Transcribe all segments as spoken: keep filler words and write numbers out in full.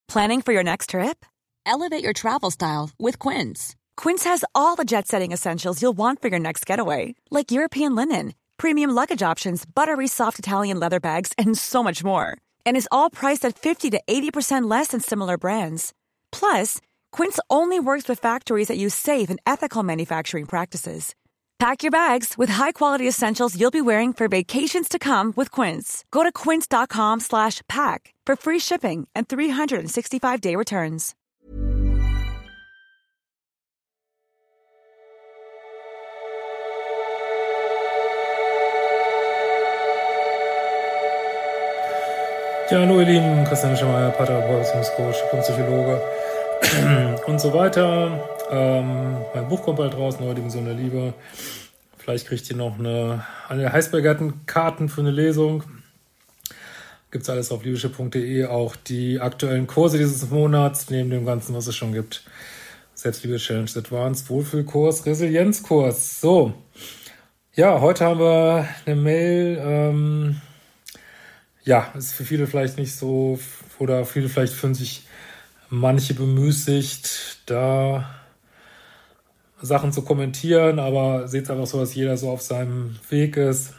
Planning for your next trip? Elevate your travel style with Quince. Quince has all the jet-setting essentials you'll want for your next getaway, like European linen, premium luggage options, buttery soft Italian leather bags, and so much more. And is all priced at fifty to eighty percent less than similar brands. Plus, Quince only works with factories that use safe and ethical manufacturing practices. Pack your bags with high-quality essentials you'll be wearing for vacations to come with Quince. Go to quince.com slash pack for free shipping and three sixty-five day returns. Ja, hallo ihr Lieben, Christian Schemeier, Paartherapeut, Beziehungscoach und Psychologe und so weiter. Ähm, mein Buch kommt bald raus, Neue Dimension der Liebe. Vielleicht kriegt ihr noch eine, eine der heißbegehrten Karten für eine Lesung. Gibt's alles auf liebische punkt de, auch die aktuellen Kurse dieses Monats, neben dem Ganzen, was es schon gibt. Selbstliebe-Challenge, Advanced, Wohlfühlkurs, Resilienzkurs. So, ja, heute haben wir eine Mail, ähm, ja, ist für viele vielleicht nicht so, oder viele vielleicht fühlen sich manche bemüßigt, da Sachen zu kommentieren, aber seht es einfach so, dass jeder so auf seinem Weg ist.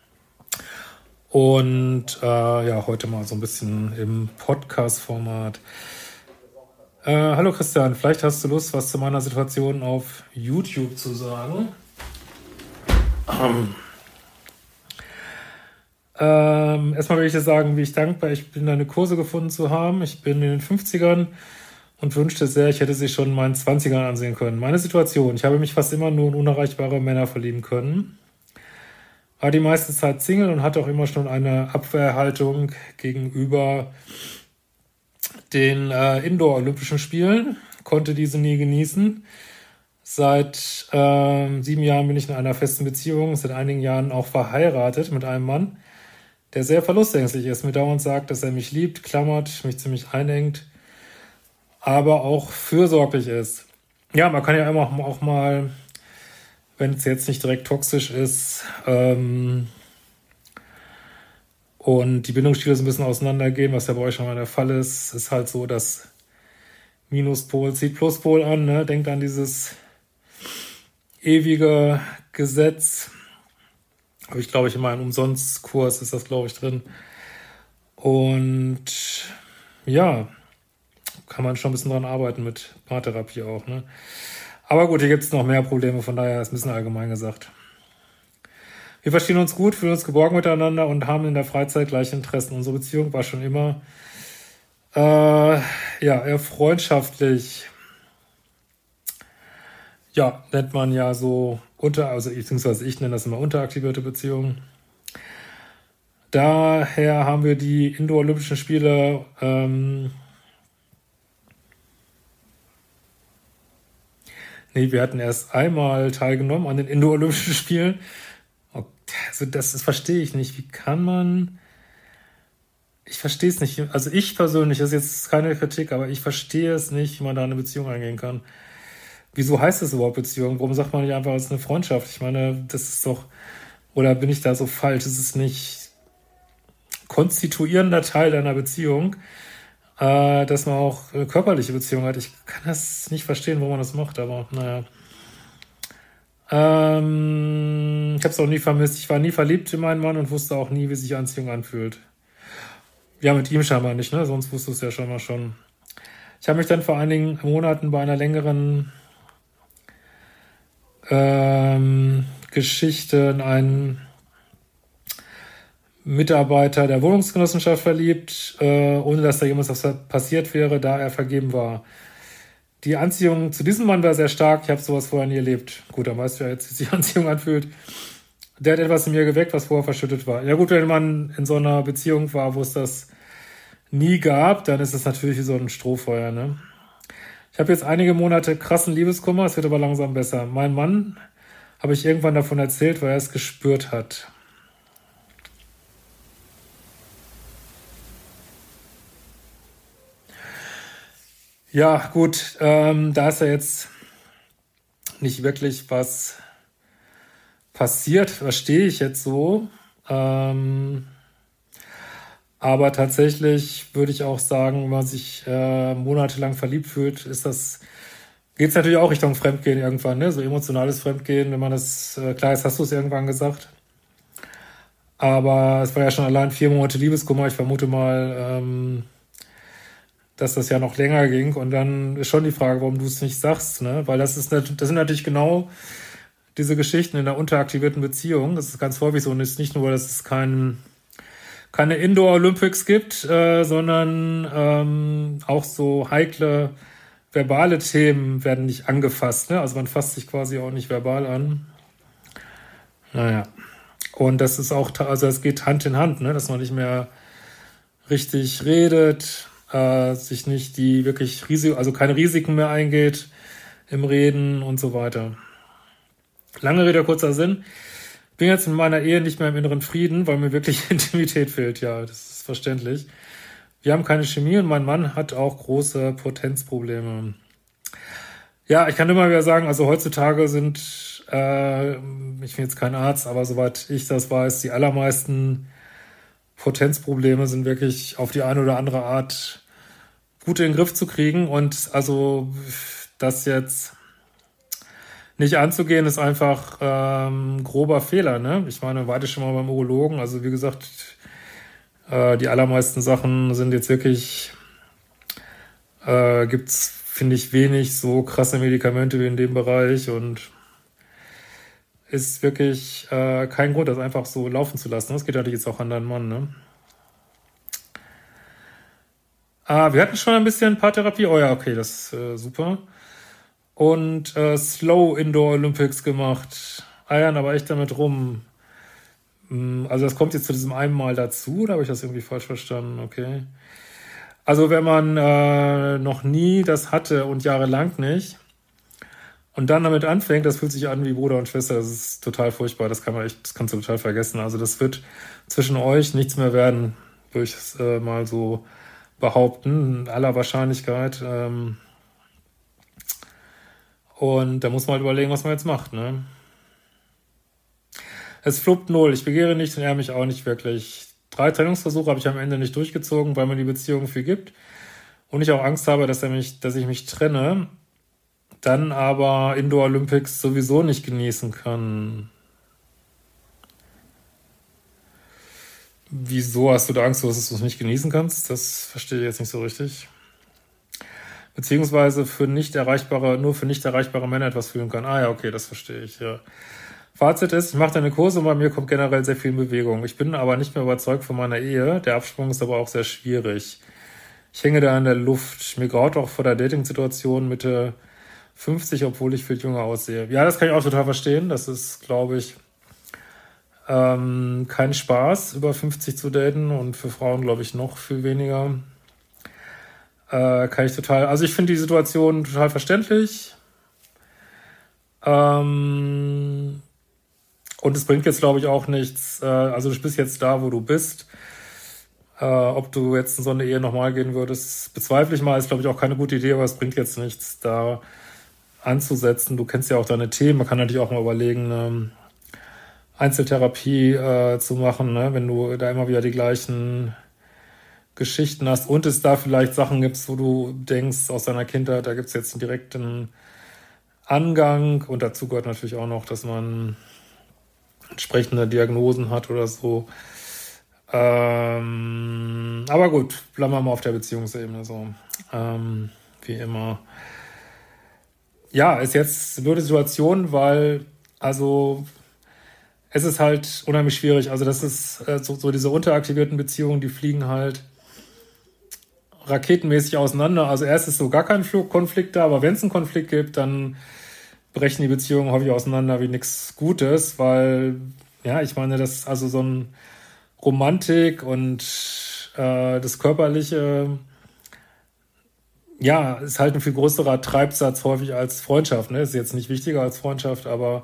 Und äh, ja, heute mal so ein bisschen im Podcast-Format. Äh, hallo Christian, vielleicht hast du Lust, was zu meiner Situation auf YouTube zu sagen. Ähm. Ähm, erstmal will ich dir sagen, wie ich dankbar ich bin, deine Kurse gefunden zu haben. Ich bin in den fünfzigern und wünschte sehr, ich hätte sie schon in meinen zwanzigern ansehen können. Meine Situation: Ich habe mich fast immer nur in unerreichbare Männer verlieben können. War die meiste Zeit Single und hatte auch immer schon eine Abwehrhaltung gegenüber den äh, Indoor-Olympischen Spielen. Konnte diese nie genießen. Seit äh, sieben Jahren bin ich in einer festen Beziehung, seit einigen Jahren auch verheiratet mit einem Mann, der sehr verlustängstlich ist, mir dauernd sagt, dass er mich liebt, klammert, mich ziemlich einengt, aber auch fürsorglich ist. Ja, man kann ja immer auch mal, wenn es jetzt nicht direkt toxisch ist, ähm, und die Bindungsstile so ein bisschen auseinandergehen, was ja bei euch schon mal der Fall ist, ist halt so, dass Minuspol zieht Pluspol an, ne? Denkt an dieses ewige Gesetz. Aber ich glaube, ich in meinem Umsonstkurs ist das, glaube ich, drin. Und ja, kann man schon ein bisschen dran arbeiten mit Paartherapie auch, ne? Aber gut, hier gibt es noch mehr Probleme, von daher ist ein bisschen allgemein gesagt. Wir verstehen uns gut, fühlen uns geborgen miteinander und haben in der Freizeit gleiche Interessen. Unsere Beziehung war schon immer äh, ja, eher freundschaftlich. Ja, nennt man ja so unter, also beziehungsweise ich nenne das immer unteraktivierte Beziehungen. Daher haben wir die Indoor-Olympischen Spiele ähm, nee, wir hatten erst einmal teilgenommen an den Indoor-Olympischen Spielen. Also das, das verstehe ich nicht. Wie kann man... Ich verstehe es nicht. Also ich persönlich, das ist jetzt keine Kritik, aber ich verstehe es nicht, wie man da eine Beziehung eingehen kann. Wieso heißt es überhaupt Beziehung? Warum sagt man nicht einfach, es ist eine Freundschaft? Ich meine, das ist doch... Oder bin ich da so falsch? Es ist nicht konstituierender Teil einer Beziehung, äh, dass man auch eine körperliche Beziehung hat. Ich kann das nicht verstehen, warum man das macht, aber naja. Ähm, ich habe es auch nie vermisst. Ich war nie verliebt in meinen Mann und wusste auch nie, wie sich Anziehung anfühlt. Ja, mit ihm scheinbar nicht, ne? Sonst wusste es ja schon mal schon. Ich habe mich dann vor einigen Monaten bei einer längeren ähm, Geschichte in einen Mitarbeiter der Wohnungsgenossenschaft verliebt, äh, ohne dass da jemals was passiert wäre, da er vergeben war. Die Anziehung zu diesem Mann war sehr stark. Ich habe sowas vorher nie erlebt. Gut, dann weißt du ja jetzt, wie sich die Anziehung anfühlt. Der hat etwas in mir geweckt, was vorher verschüttet war. Ja gut, wenn man in so einer Beziehung war, wo es das nie gab, dann ist es natürlich wie so ein Strohfeuer, ne? Ich habe jetzt einige Monate krassen Liebeskummer, es wird aber langsam besser. Mein Mann habe ich irgendwann davon erzählt, weil er es gespürt hat. Ja, gut, ähm, da ist ja jetzt nicht wirklich was passiert, verstehe ich jetzt so. Ähm, Aber tatsächlich würde ich auch sagen, wenn man sich äh, monatelang verliebt fühlt, ist das, geht es natürlich auch Richtung Fremdgehen irgendwann, ne? So emotionales Fremdgehen, wenn man das, äh, klar, jetzt hast du es irgendwann gesagt. Aber es war ja schon allein vier Monate Liebeskummer. Ich vermute mal, ähm, dass das ja noch länger ging. Und dann ist schon die Frage, warum du es nicht sagst, ne? Weil das ist, das sind natürlich genau diese Geschichten in der unteraktivierten Beziehung. Das ist ganz häufig so. Und es ist nicht nur, dass es kein, keine Indoor-Olympics gibt, äh, sondern ähm, auch so heikle verbale Themen werden nicht angefasst, ne? Also man fasst sich quasi auch nicht verbal an. Naja. Und das ist auch, also es geht Hand in Hand, ne? Dass man nicht mehr richtig redet, äh, sich nicht die wirklich Risiken, also keine Risiken mehr eingeht im Reden und so weiter. Lange Rede, kurzer Sinn. Bin jetzt in meiner Ehe nicht mehr im inneren Frieden, weil mir wirklich Intimität fehlt. Ja, das ist verständlich. Wir haben keine Chemie und mein Mann hat auch große Potenzprobleme. Ja, ich kann immer wieder sagen, also heutzutage sind, äh, ich bin jetzt kein Arzt, aber soweit ich das weiß, die allermeisten Potenzprobleme sind wirklich auf die eine oder andere Art gut in den Griff zu kriegen. Und also das jetzt nicht anzugehen, ist einfach ähm, grober Fehler, ne? Ich meine, warte schon mal beim Urologen. Also wie gesagt, äh, die allermeisten Sachen sind jetzt wirklich, äh, gibt's, finde ich, wenig so krasse Medikamente wie in dem Bereich und ist wirklich äh, kein Grund, das einfach so laufen zu lassen. Das geht natürlich jetzt auch an deinen Mann, ne? Ah, wir hatten schon ein bisschen Paartherapie. Oh ja, okay, das ist äh, super. Und äh, Slow Indoor Olympics gemacht. Eiern aber echt damit rum. Also das kommt jetzt zu diesem einen Mal dazu, oder habe ich das irgendwie falsch verstanden? Okay. Also wenn man äh, noch nie das hatte und jahrelang nicht und dann damit anfängt, das fühlt sich an wie Bruder und Schwester, das ist total furchtbar, das kann man echt, das kannst du total vergessen. Also das wird zwischen euch nichts mehr werden, würde ich es äh, mal so behaupten, in aller Wahrscheinlichkeit. Ähm, Und da muss man halt überlegen, was man jetzt macht, ne? Es fluppt null. Ich begehre nicht und er mich auch nicht wirklich. Drei Trennungsversuche habe ich am Ende nicht durchgezogen, weil mir die Beziehung viel gibt. Und ich auch Angst habe, dass er mich, dass ich mich trenne. Dann aber Indoor Olympics sowieso nicht genießen kann. Wieso hast du da Angst, dass du es nicht genießen kannst? Das verstehe ich jetzt nicht so richtig. Beziehungsweise für nicht erreichbare, nur für nicht erreichbare Männer etwas fühlen kann. Ah ja, okay, das verstehe ich, ja. Fazit ist, ich mache deine Kurse und bei mir kommt generell sehr viel in Bewegung. Ich bin aber nicht mehr überzeugt von meiner Ehe. Der Absprung ist aber auch sehr schwierig. Ich hänge da in der Luft. Mir graut auch vor der Dating-Situation Mitte fünfzig, obwohl ich viel jünger aussehe. Ja, das kann ich auch total verstehen. Das ist, glaube ich, ähm, kein Spaß, über fünfzig zu daten und für Frauen, glaube ich, noch viel weniger. Äh, kann ich total, also ich finde die Situation total verständlich. Ähm, und es bringt jetzt, glaube ich, auch nichts. Äh, also du bist jetzt da, wo du bist. Äh, ob du jetzt in so eine Ehe nochmal gehen würdest, bezweifle ich mal. Ist, glaube ich, auch keine gute Idee, aber es bringt jetzt nichts, da anzusetzen. Du kennst ja auch deine Themen. Man kann natürlich auch mal überlegen, eine Einzeltherapie äh, zu machen, ne? Wenn du da immer wieder die gleichen Geschichten hast und es da vielleicht Sachen gibt, wo du denkst, aus deiner Kindheit, da gibt es jetzt einen direkten Angang und dazu gehört natürlich auch noch, dass man entsprechende Diagnosen hat oder so. Ähm, aber gut, bleiben wir mal auf der Beziehungsebene so. Ähm, wie immer. Ja, ist jetzt eine blöde Situation, weil, also, es ist halt unheimlich schwierig. Also, das ist äh, so, so diese unteraktivierten Beziehungen, die fliegen halt raketenmäßig auseinander. Also, erst ist so gar kein Konflikt da, aber wenn es einen Konflikt gibt, dann brechen die Beziehungen häufig auseinander wie nichts Gutes, weil, ja, ich meine, das, also so ein Romantik und äh, das Körperliche, ja, ist halt ein viel größerer Treibsatz häufig als Freundschaft, ne? Ist jetzt nicht wichtiger als Freundschaft, aber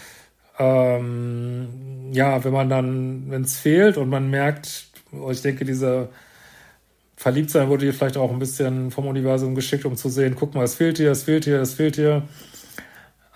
ähm, ja, wenn man dann, wenn es fehlt und man merkt, ich denke, diese Verliebtsein wurde hier vielleicht auch ein bisschen vom Universum geschickt, um zu sehen, guck mal, es fehlt hier, es fehlt hier, es fehlt hier.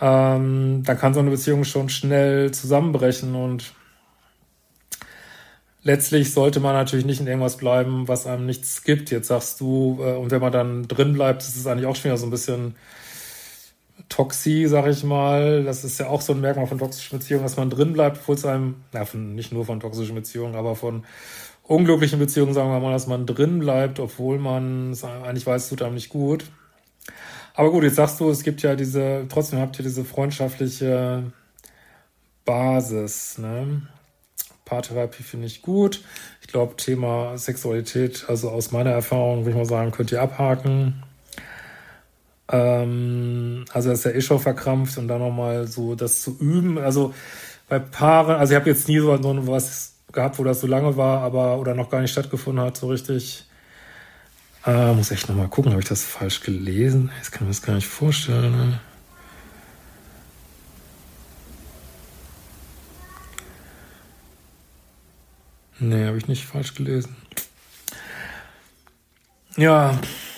Ähm, dann kann so eine Beziehung schon schnell zusammenbrechen und letztlich sollte man natürlich nicht in irgendwas bleiben, was einem nichts gibt. Jetzt sagst du, äh, und wenn man dann drin bleibt, ist es eigentlich auch schon wieder so ein bisschen Toxie, sag ich mal. Das ist ja auch so ein Merkmal von toxischen Beziehungen, dass man drin bleibt, obwohl es einem, na, von, nicht nur von toxischen Beziehungen, aber von unglücklichen Beziehungen, sagen wir mal, dass man drin bleibt, obwohl man es eigentlich weiß, es tut einem nicht gut. Aber gut, jetzt sagst du, es gibt ja diese, trotzdem habt ihr diese freundschaftliche Basis, ne? Paartherapie finde ich gut. Ich glaube, Thema Sexualität, also aus meiner Erfahrung, würde ich mal sagen, könnt ihr abhaken. Ähm, also das ist ja eh schon verkrampft und dann nochmal so das zu üben. Also bei Paaren, also ich habe jetzt nie so, so was gehabt, wo das so lange war, aber oder noch gar nicht stattgefunden hat, so richtig. Äh, muss echt nochmal gucken, habe ich das falsch gelesen? Jetzt kann ich mir das gar nicht vorstellen. Ne? Nee, habe ich nicht falsch gelesen. Ja,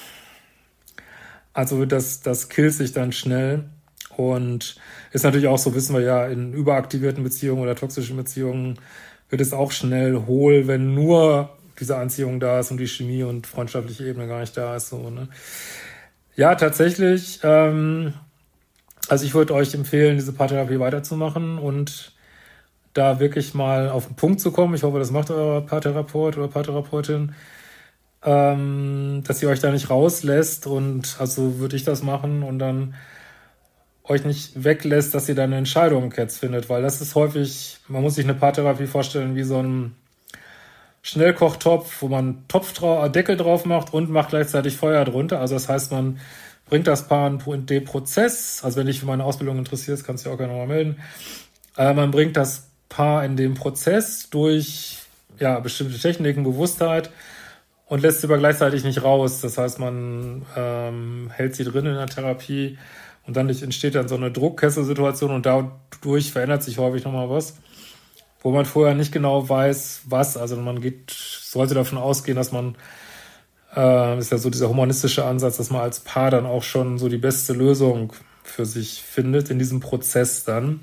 also das, das killt sich dann schnell und ist natürlich auch so, wissen wir ja, in überaktivierten Beziehungen oder toxischen Beziehungen wird es auch schnell hohl, wenn nur diese Anziehung da ist und die Chemie und freundschaftliche Ebene gar nicht da ist. So, ne? Ja, tatsächlich, ähm, also ich würde euch empfehlen, diese Paartherapie weiterzumachen und da wirklich mal auf den Punkt zu kommen. Ich hoffe, das macht euer Paartherapeut oder Paartherapeutin, ähm, dass ihr euch da nicht rauslässt und also würde ich das machen und dann euch nicht weglässt, dass ihr dann eine Entscheidung jetzt findet, weil das ist häufig, man muss sich eine Paartherapie vorstellen wie so ein Schnellkochtopf, wo man Topf drau- Deckel drauf macht und macht gleichzeitig Feuer drunter. Also das heißt, man bringt das Paar in den Prozess, also wenn dich für meine Ausbildung interessierst, kannst du dich auch gerne mal melden, äh, man bringt das Paar in den Prozess durch ja, bestimmte Techniken, Bewusstheit und lässt sie aber gleichzeitig nicht raus. Das heißt, man ähm, hält sie drin in der Therapie und dann entsteht dann so eine Druckkesselsituation und dadurch verändert sich häufig nochmal was, wo man vorher nicht genau weiß, was. Also man geht, sollte davon ausgehen, dass man, äh, ist ja so dieser humanistische Ansatz, dass man als Paar dann auch schon so die beste Lösung für sich findet in diesem Prozess dann.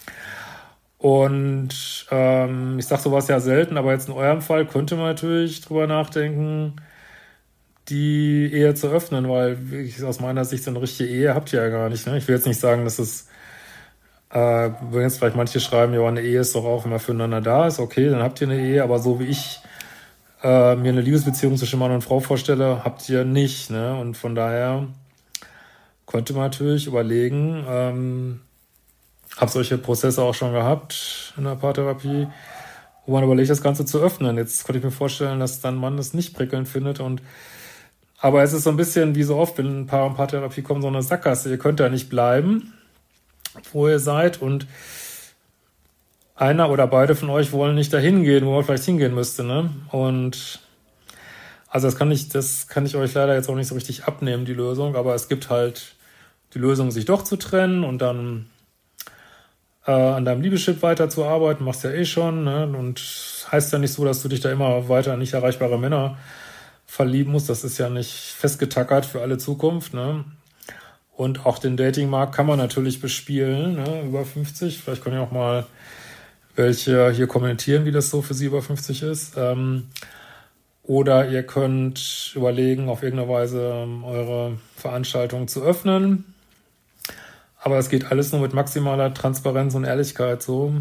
Und ähm, ich sage sowas ja selten, aber jetzt in eurem Fall könnte man natürlich drüber nachdenken, die Ehe zu öffnen, weil ich, aus meiner Sicht so eine richtige Ehe habt ihr ja gar nicht. Ne? Ich will jetzt nicht sagen, dass es, äh, wenn jetzt vielleicht manche schreiben, ja, eine Ehe ist doch auch, wenn man füreinander da ist, okay, dann habt ihr eine Ehe, aber so wie ich äh, mir eine Liebesbeziehung zwischen Mann und Frau vorstelle, habt ihr nicht. Ne? Und von daher könnte man natürlich überlegen, ähm, habe solche Prozesse auch schon gehabt in der Paartherapie, wo man überlegt, das Ganze zu öffnen. Jetzt könnte ich mir vorstellen, dass dann man das nicht prickelnd findet. Und aber es ist so ein bisschen wie so oft, wenn ein Paar in Paartherapie kommt, so eine Sackgasse. Ihr könnt da nicht bleiben, wo ihr seid. Und einer oder beide von euch wollen nicht dahin gehen, wo man vielleicht hingehen müsste. Ne? Und also das kann ich, das kann ich euch leider jetzt auch nicht so richtig abnehmen, die Lösung. Aber es gibt halt die Lösung, sich doch zu trennen und dann Äh, an deinem Liebeschip weiterzuarbeiten, machst ja eh schon, ne? Und heißt ja nicht so, dass du dich da immer weiter an nicht erreichbare Männer verlieben musst. Das ist ja nicht festgetackert für alle Zukunft, ne? Und auch den Datingmarkt kann man natürlich bespielen, ne? Über fünfzig. Vielleicht können ja auch mal welche hier kommentieren, wie das so für sie über fünfzig ist. Ähm, oder ihr könnt überlegen, auf irgendeine Weise eure Veranstaltung zu öffnen. Aber es geht alles nur mit maximaler Transparenz und Ehrlichkeit so.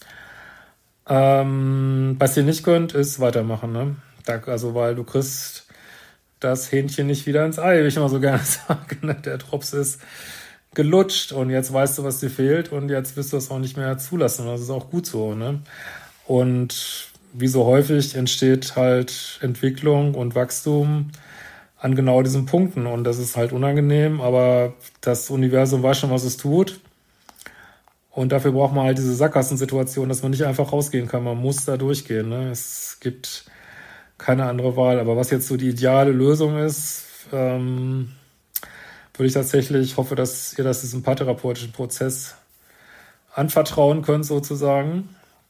Ähm, was ihr nicht könnt, ist weitermachen. Ne? Da, also weil du kriegst das Hähnchen nicht wieder ins Ei, wie ich immer so gerne sage. Ne? Der Drops ist gelutscht und jetzt weißt du, was dir fehlt und jetzt wirst du es auch nicht mehr zulassen. Das ist auch gut so. Ne? Und wie so häufig entsteht halt Entwicklung und Wachstum an genau diesen Punkten. Und das ist halt unangenehm, aber das Universum weiß schon, was es tut. Und dafür braucht man halt diese Sackgassensituation, dass man nicht einfach rausgehen kann. Man muss da durchgehen. Ne? Es gibt keine andere Wahl. Aber was jetzt so die ideale Lösung ist, ähm, würde ich tatsächlich, hoffe, dass ihr das diesem paartherapeutischen Prozess anvertrauen könnt sozusagen.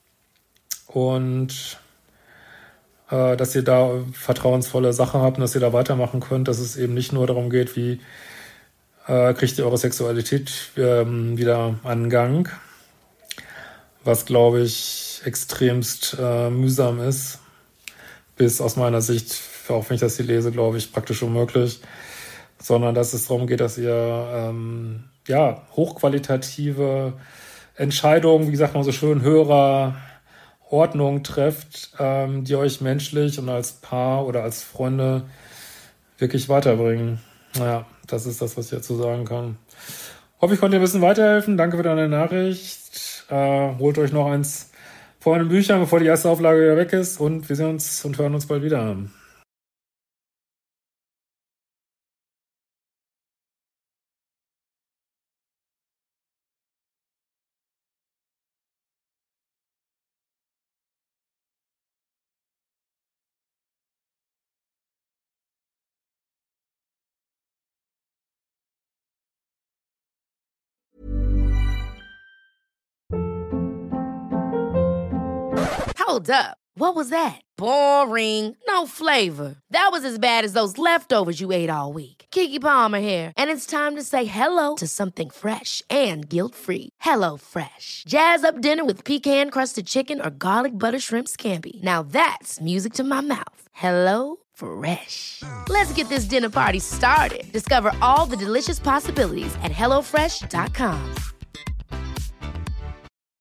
Und dass ihr da vertrauensvolle Sachen habt und dass ihr da weitermachen könnt, dass es eben nicht nur darum geht, wie äh, kriegt ihr eure Sexualität ähm, wieder an Gang, was, glaube ich, extremst äh, mühsam ist bis aus meiner Sicht, auch wenn ich das hier lese, glaube ich, praktisch unmöglich, sondern dass es darum geht, dass ihr ähm, ja, hochqualitative Entscheidungen, wie gesagt, mal so schön höherer Ordnung trefft, ähm, die euch menschlich und als Paar oder als Freunde wirklich weiterbringen. Naja, das ist das, was ich dazu sagen kann. Hoffe, ich konnte dir ein bisschen weiterhelfen. Danke für deine Nachricht. Äh, holt euch noch eins von den Büchern, bevor die erste Auflage wieder weg ist. Und wir sehen uns und hören uns bald wieder. Hold up. What was that? Boring. No flavor. That was as bad as those leftovers you ate all week. Keke Palmer here, and it's time to say hello to something fresh and guilt-free. Hello Fresh. Jazz up dinner with pecan-crusted chicken or garlic butter shrimp scampi. Now that's music to my mouth. Hello Fresh. Let's get this dinner party started. Discover all the delicious possibilities at hello fresh dot com.